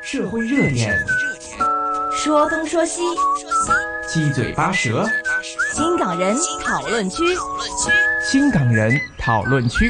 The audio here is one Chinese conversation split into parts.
社会热点， 说东说西， 七嘴八舌， 新港人讨论区， 新港人讨论区。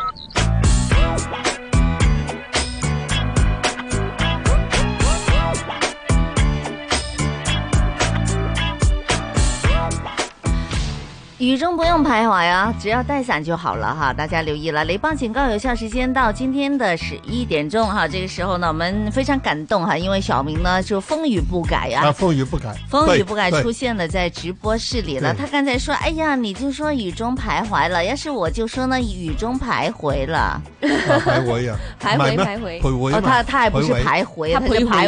雨中不用徘徊啊，只要带伞就好了哈。大家留意了，雷暴警告有效时间到今天的11点钟哈。这个时候呢，我们非常感动哈，因为小明呢就风雨不改啊， 风雨不改， 风雨不改出现了在直播室里了。他刚才说，哎呀，你就说雨中徘徊了，要是我就说呢雨中徘徊了。 徘徊啊， 徘徊哦，他还不是徘徊，他是徘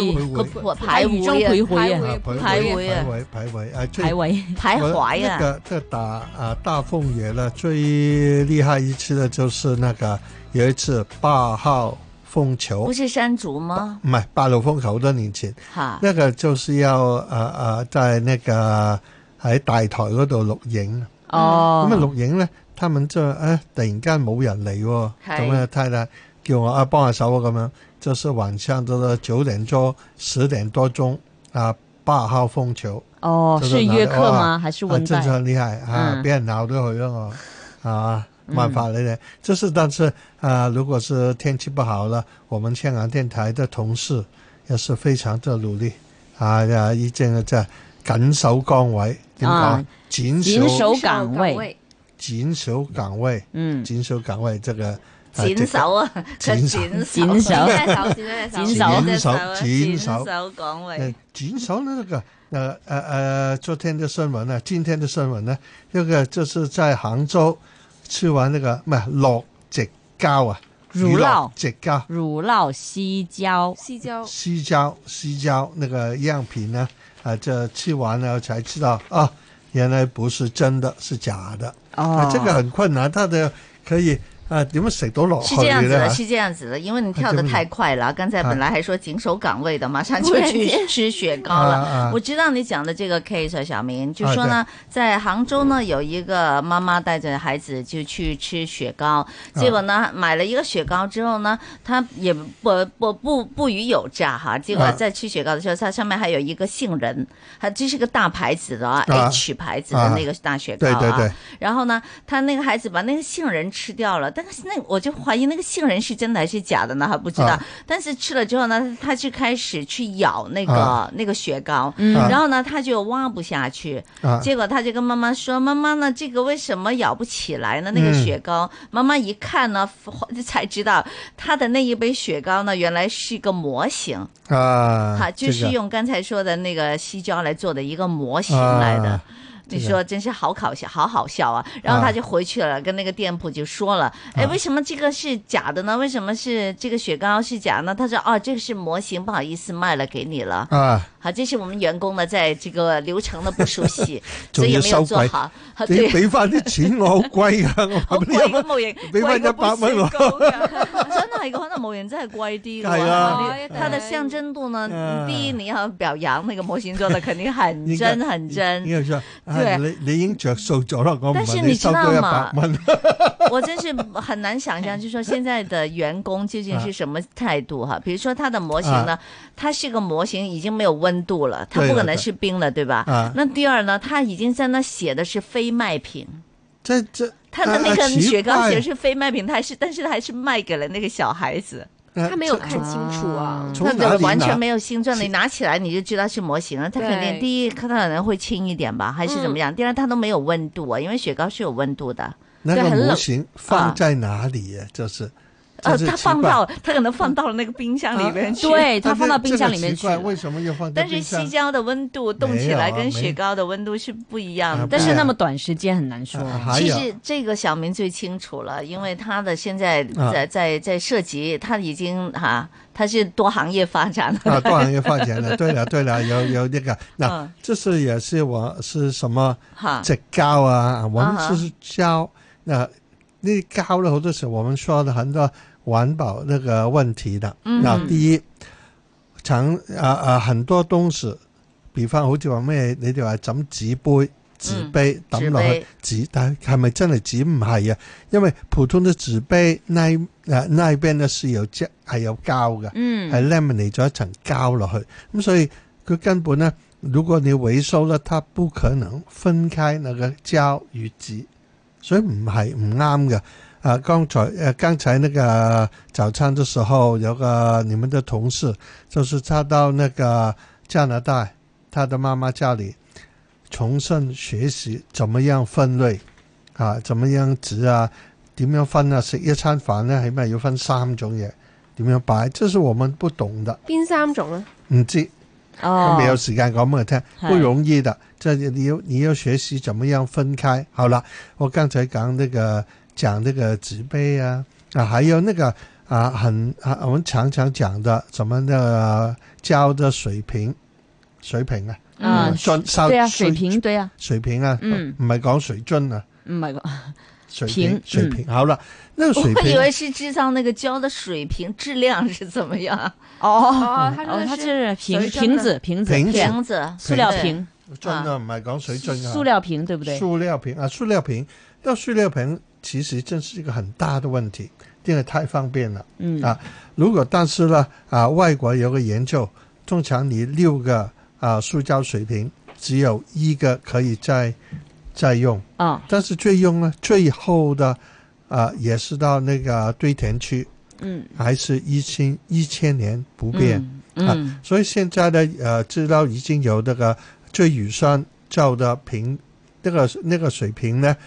徊啊。 这个大风雨呢，最厉害一次的就是那个有一次8號風球， 不是山竹嗎？ 唔係8號風球，好多年前，那個就是要在那個喺大台嗰度錄影。哦，咁啊錄影呢，他們就突然間冇人嚟喎，咁啊太太叫我幫下手咁樣，就是晚上的9點多10點多鐘8號風球。 哦，是約客嗎？還是文代？ 真是很厲害啊！俾人鬧咗佢咯，冇辦法嚟。就是但是如果是天氣不好了，我們香港電台的同事也是非常的努力已經在緊守崗位，點講？ 緊守崗位， 緊守崗位，緊守崗位，這個緊守啊，緊守崗位， 緊守那個。昨天的新聞呢，今天的新聞呢，那個就是在杭州吃完那個落矽膠啊， 乳酪矽膠那個樣品呢，這吃完了才知道原來不是真的，是假的。這個很困難，它的可以。點樣食到落去呢？ 是這樣子的，因為你跳得太快了。剛才本來還說緊守崗位的，馬上就去吃雪糕了。我知道你講的這個 case，小明就說呢，在杭州呢有一個媽媽帶着孩子就去吃雪糕，結果呢買了一個雪糕之後呢，他也不予有詐哈。結果在吃雪糕的時候，它上面還有一個杏仁，這是個大牌子的H 牌子的那個大雪糕對。 然後呢，他那個孩子把那個杏仁吃掉了。但是我就懷疑那個杏仁是真的還是假的呢？還不知道。但是吃了之後呢，他就開始去咬那個雪糕，然後呢，他就挖不下去。結果他就跟媽媽說：“媽媽呢，這個為什麼咬不起來呢？那個雪糕。”媽媽一看呢，才知道他的那一杯雪糕呢，原來是一個模型就是用剛才說的那個矽膠來做的一個模型來的。你說真是好好笑啊！然後他就回去了，跟那個店鋪就說了，為什麼這個是假的呢？為什麼是這個雪糕是假呢？他說這個是模型，不好意思賣了給你了。好，這是我們員工呢，在這個流程的不熟悉，所以也沒有做好。 你俾翻啲錢我，好貴㗎， 好貴個模型， 俾翻100蚊我。 真係個可能模型真係貴啲㗎。係啊，它的象徵度呢，第一你要表揚那個模型做的肯定很真很真。 對，你已經着數咗了，我唔係你收多100蚊。 我真是很難想象，就是說現在的員工究竟是什麼態度哈？比如說它的模型呢，它是個模型，已經沒有溫度了，它不可能是冰的，對吧？那第二呢，它已經在那寫的是非賣品。它的那個雪糕寫的是非賣品，但是它還是賣給了那個小孩子。 他沒有看清楚他完全沒有形狀，你拿起來你就知道是模型了。他肯定第一，它可能會輕一點吧，還是怎麼樣？第二，它都沒有溫度啊，因為雪糕是有溫度的。 那個模型放在哪裡啊？就是他可能放到了那個冰箱裡面去。 對，他放到冰箱裡面去。 為什麼要放在冰箱？ 但是矽膠的溫度凍起來跟雪糕的溫度是不一樣的。 但是那麼短時間很難說。 其實這個小明最清楚了，因為他的現在在涉及，他已經他是多行業發展的。 多行業發展了。對了，有那個，那這是也是我是什麼矽膠啊？我們是膠，那膠呢？好多時候我們說的很多環保那個問題的。那第一，很多東西，比方好似話咩，你哋話整紙杯、 紙杯抌落去紙，但係咪真係紙唔係啊？因為普通的紙杯那邊呢是有膠嘅，係 laminate 咗一層膠落去，咁所以佢根本呢，如果你回收呢，它不可能分開那個膠與紙，所以唔啱嘅。剛才那個早餐的時候，有個你們的同事，就是他到那個加拿大，他的媽媽家裏重新學習怎麼樣分類啊，怎麼樣紙啊，點樣分啊，食一餐飯呢，起碼要分3種嘢，點樣擺，這是我們不懂的。 邊3種啊？ 唔知，沒有時間講俾佢聽，不容易的，這你要學習怎麼樣分開。好了，我剛才講那個紙杯啊，還有那個我們常常講的什麼的膠的水瓶啊， 對啊，水瓶，對啊， 水瓶啊，唔係講水樽啊， 唔係講水瓶，好了，那個水瓶， 我以為是製造那個膠的水瓶，質量是怎麼樣？ 它是瓶子，塑料瓶， 樽啊，唔係講水樽啊， 塑料瓶對不對？ 塑料瓶，但塑料瓶其實真是一個很大的問題，因為太方便了。如果但是呢，外國有個研究，通常你6個塑膠水瓶，只有1個可以再用。但是最後的也是到那個堆填區，還是1000年不變。所以現在呢，知道已經有那個聚乙酸造的瓶，那個水瓶呢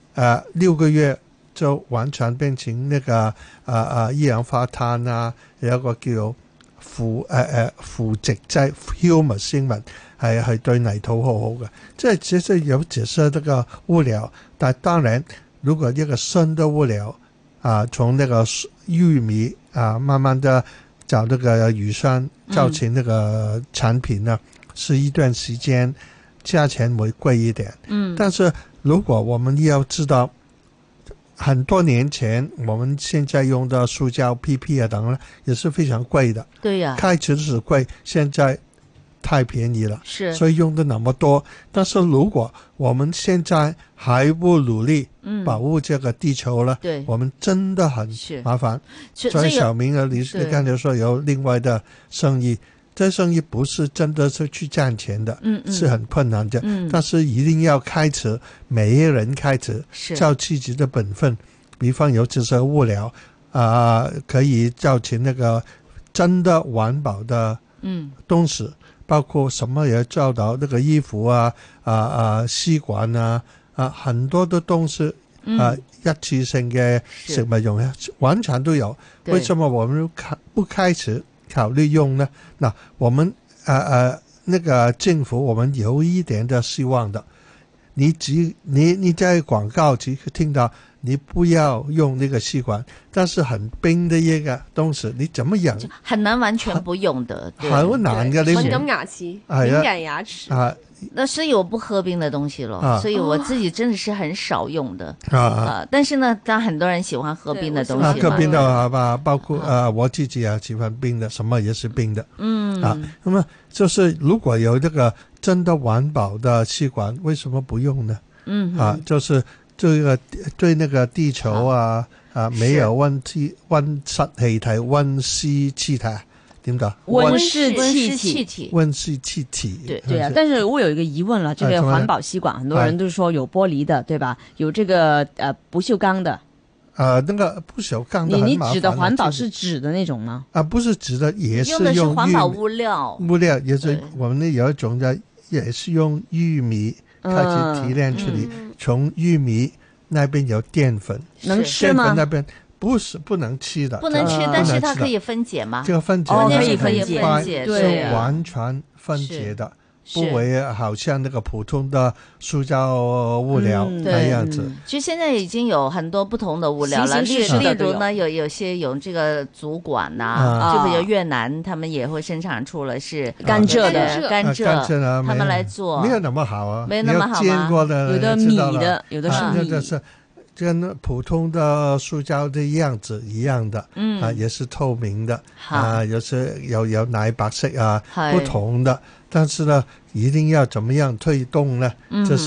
，6個月就完全變成那個一氧化碳啊，有一個叫腐殖劑 humus 生物係對泥土好好嘅，即係其實有這些那個物料，但當然如果一個新的物料從那個玉米慢慢的找那個乙酸造成那個產品呢，是一段時間價錢會貴一點。但是如果我們要知道很多年前我們現在用的塑膠 PP 等也是非常貴的。對呀，開始是貴，現在太便宜了，是，所以用的那麼多。但是如果我們現在還不努力保護這個地球了，我們真的很麻煩。所以小明你剛才說有另外的生意，這生意不是真的是去賺錢的，是很困難的，但是一定要開始，每一人開始照自己的本分，比方有這些物料可以造成那個真的環保的東西，包括什麼也造到那個衣服吸管很多的東西一次性嘅食物用完全都有。為什麼我們不開始考慮用呢？那我們那個政府我們有一點的希望的，你在廣告只聽到你不要用那個吸管，但是很冰的一個東西你怎麼養？很難完全不用的，好難嘅，你敏感牙齒，敏感牙齒那所以我不喝冰的東西咯，所以我自己真的是很少用的。但是呢，當然很多人喜歡喝冰的東西嘛。 喝冰的好吧，包括我自己喜歡冰的，什麼也是冰的。那麼就是如果有這個真的環保的吸管，為什麼不用呢？就是這個對那個地球沒有溫室氣體、溫室氣體。點解？ 溫室氣體， 溫室氣體， 對啊！但是我有一個疑問了，這個環保吸管，很多人都說有玻璃的，對吧？有這個不鏽鋼的。 那個不鏽鋼的， 你指的環保是紙的那種嗎？ 不是紙的，也是用的是環保物料。 物料也是我們那有一種的，也是用玉米開始提煉出嚟，從玉米那邊有澱粉， 能吃嗎？ 那邊。不是不能吃的， 不能吃，但是它可以分解嗎？ 這個分解可以分解， 對，完全分解的，不會好像那個普通的塑膠物料那樣子。 其實現在已經有很多不同的物料了，例如呢，有些有這個竹管呐，就比如越南，他們也會生產出了是甘蔗的甘蔗，他們來做， 沒有那麼好啊， 沒有那麼好嗎？ 有的米的，有的是米。 跟普通的塑膠的樣子一樣的，也是透明的，有奶白色不同的，但是呢，一定要怎麼樣推動呢？就是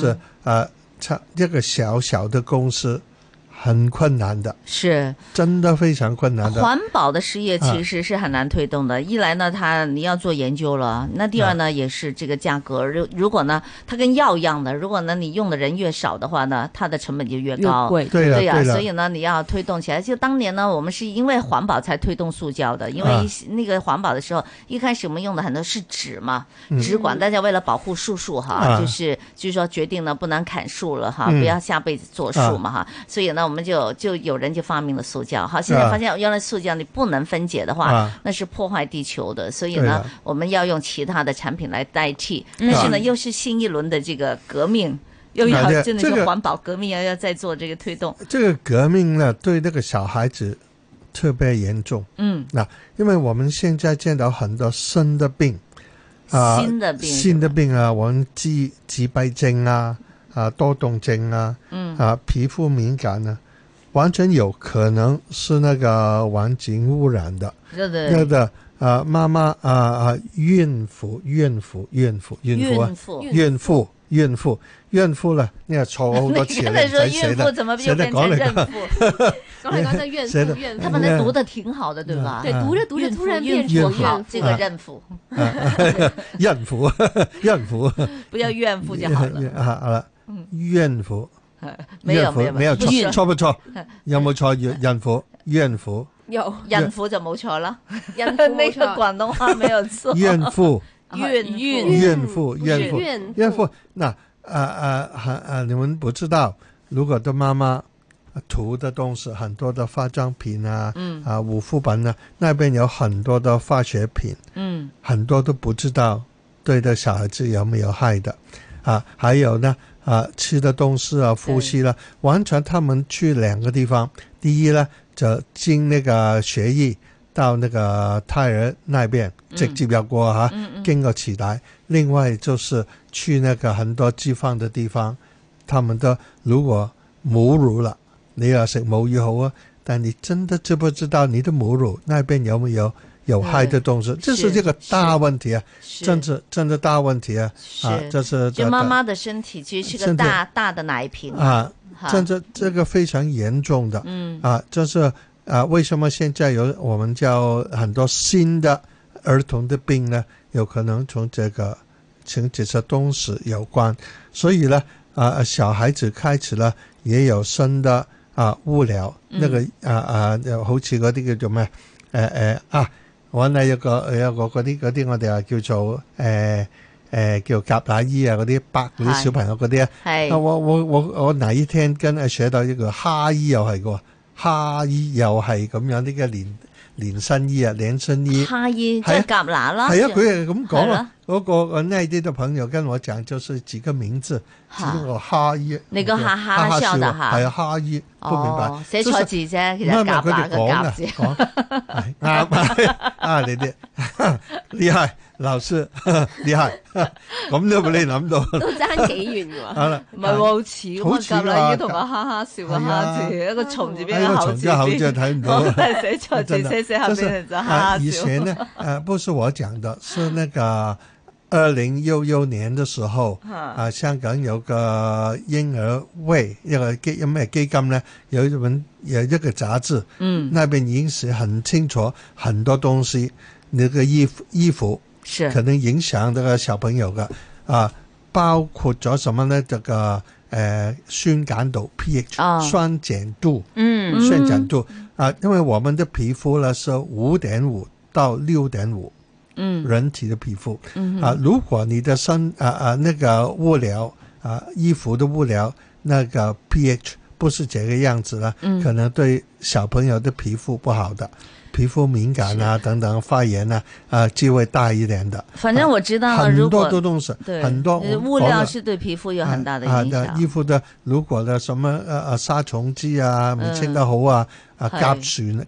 一个小小的公司很困难的， 是真的非常困难的。 环保的事业其实是很难推动的，一来呢你要做研究了，那第二呢也是这个价格，如果呢它跟药一样的，如果呢你用的人越少的话呢，它的成本就越高， 对呀， 所以呢你要推动起来。就当年呢我们是因为环保才推动塑胶的，因为那个环保的时候一开始我们用的很多是纸嘛，纸管，大家为了保护树哈，就是说决定呢不能砍树了哈，不要下辈子做树嘛哈，所以呢我们就有人就发明了塑胶。好，现在发现原来塑胶你不能分解的话，那是破坏地球的，所以呢我们要用其他的产品来代替。但是呢又是新一轮的这个革命，又要真的是环保革命，要再做这个推动。 这个革命呢对那个小孩子特别严重。因为我们现在见到很多新的病新的病啊，我们自闭症多动症皮肤敏感完全有可能是那个环境污染的。那个妈妈孕妇了，你又錯好多次了。 你剛才說孕婦怎麼又變成孕婦？ 剛才孕婦， 他本來讀得挺好的，對吧？ 對，讀着讀着突然變成孕婦， 這個孕婦， 孕婦， 不要怨婦就好了。 好了，孕婦， 沒有錯不錯？有冇錯？孕婦有孕婦就冇錯啦， 孕婦那個廣東話沒有錯。 孕婦， 孕婦， 那你們不知道，如果的媽媽塗的東西很多的化妝品護膚品那邊有很多的化學品，很多都不知道對的小孩子有沒有害的還有呢吃的東西呼吸了，完全他們去兩個地方，第一呢就經那個血液到那個胎兒那邊直接入過經過臍帶，另外就是去那個很多脂肪的地方，他們都如果母乳了，你要食母乳好但你真的知不知道你的母乳那邊有沒有害的東西？這是這個大問題真的大問題這是就媽媽的身體其實是個大的奶瓶真的這個非常嚴重的就是為什麼現在有我們叫很多新的兒童的病呢？有可能從這些東西有關，所以呢小孩子開始呢也有新的物療，那個好似嗰啲叫做咩我呢有個嗰啲我哋話叫做叫夾奶衣嗰啲白嗰啲小朋友嗰啲我哪一天跟學到一個哈醫又係個哈醫又係咁樣呢個連身衣連身衣哈醫即係夾乸啦， 係佢係咁講嗰個內地的朋友跟我講，就是幾個名字，其中個哈醫， 你個哈哈笑的係哈醫，不明白， 寫錯字啫，其實夾乸個夾字， 啱你啲厲害。老師厲害，咁都俾你諗到， 都爭幾遠喎。 唔係好似咁夾啦，要同個哈哈笑個哈字，一個蟲字邊個口字， 一個蟲字睇唔到， 寫錯字寫下邊就哈哈笑。 以前呢，不是我講的，是那個2016年的時候，香港有個嬰兒會一個咩基金呢，有一個雜誌，那邊已經寫很清楚很多東西，那個衣服。是可能影響這個小朋友嘅包括咗什麼呢？這個酸鹼度 pH 酸鹼度，酸鹼度因為我們的皮膚呢是5.5到6.5，人體的皮膚如果你的那個物療衣服的物療那個 pH 不是這個樣子呢，可能對小朋友的皮膚不好的。皮膚敏感等等發炎機會大一點的。 反正我知道很多都東西，很多物料是對皮膚有很大的影響。 衣服的如果的什麼殺蟲劑沒清得好甲醛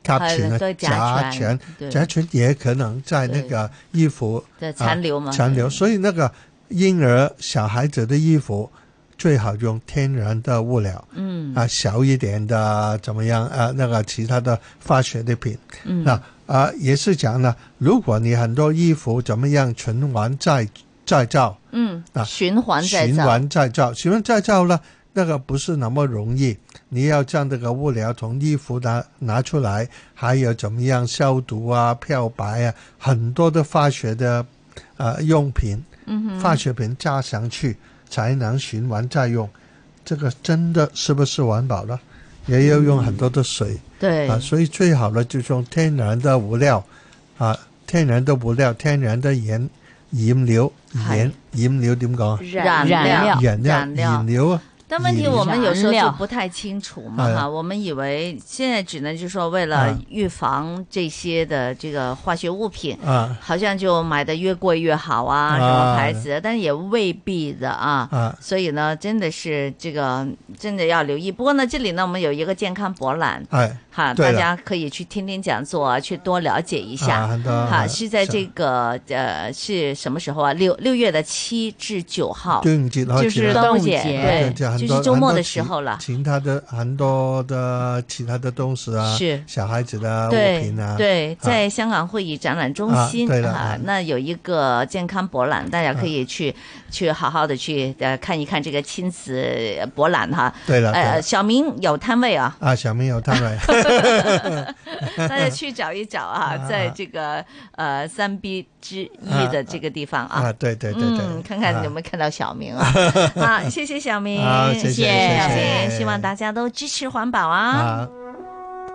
甲醛也可能在那個衣服殘留嘛。 殘留，所以那個嬰兒小孩子的衣服最好用天然的物料，小一點的怎麼樣那個其他的化學的品，也是講呢，如果你很多衣服怎麼樣循環再再造， 循环再造， 循环再造呢，那个不是那么容易，你要将这个物料从衣服拿出来，还有怎么样消毒啊、漂白啊，很多的化学的用品，化学品加上去才能循环再用。这个真的是不是环保呢？也要用很多的水， 对所以最好的就是用天然的物料，天然的染料點講？ 染料。但問題我們有時候就不太清楚嘛，我們以為現在只能就是說為了預防這些的這個化學物品，好像就買得越貴越好啊，什麼牌子，但是也未必的啊，所以呢，真的是這個真的要留意。不過呢，這裡呢，我們有一個健康博覽，大家可以去聽聽講座，去多了解一下。是在這個是什麼時候啊？6月的7至9號，就是端午節，對。就是周末的時候了， 很多的其他的東西啊，是小孩子的物品啊， 對，在香港會議展覽中心那有一個健康博覽，大家可以去好好的去看一看這個親子博覽哈。 對了， 小明有攤位啊， 小明有攤位， 大家去找一找啊，在這個3B之一的這個地方啊， 對， 看看有沒有看到小明啊，好，謝謝小明。 謝謝， 希望大家都支持環保啊。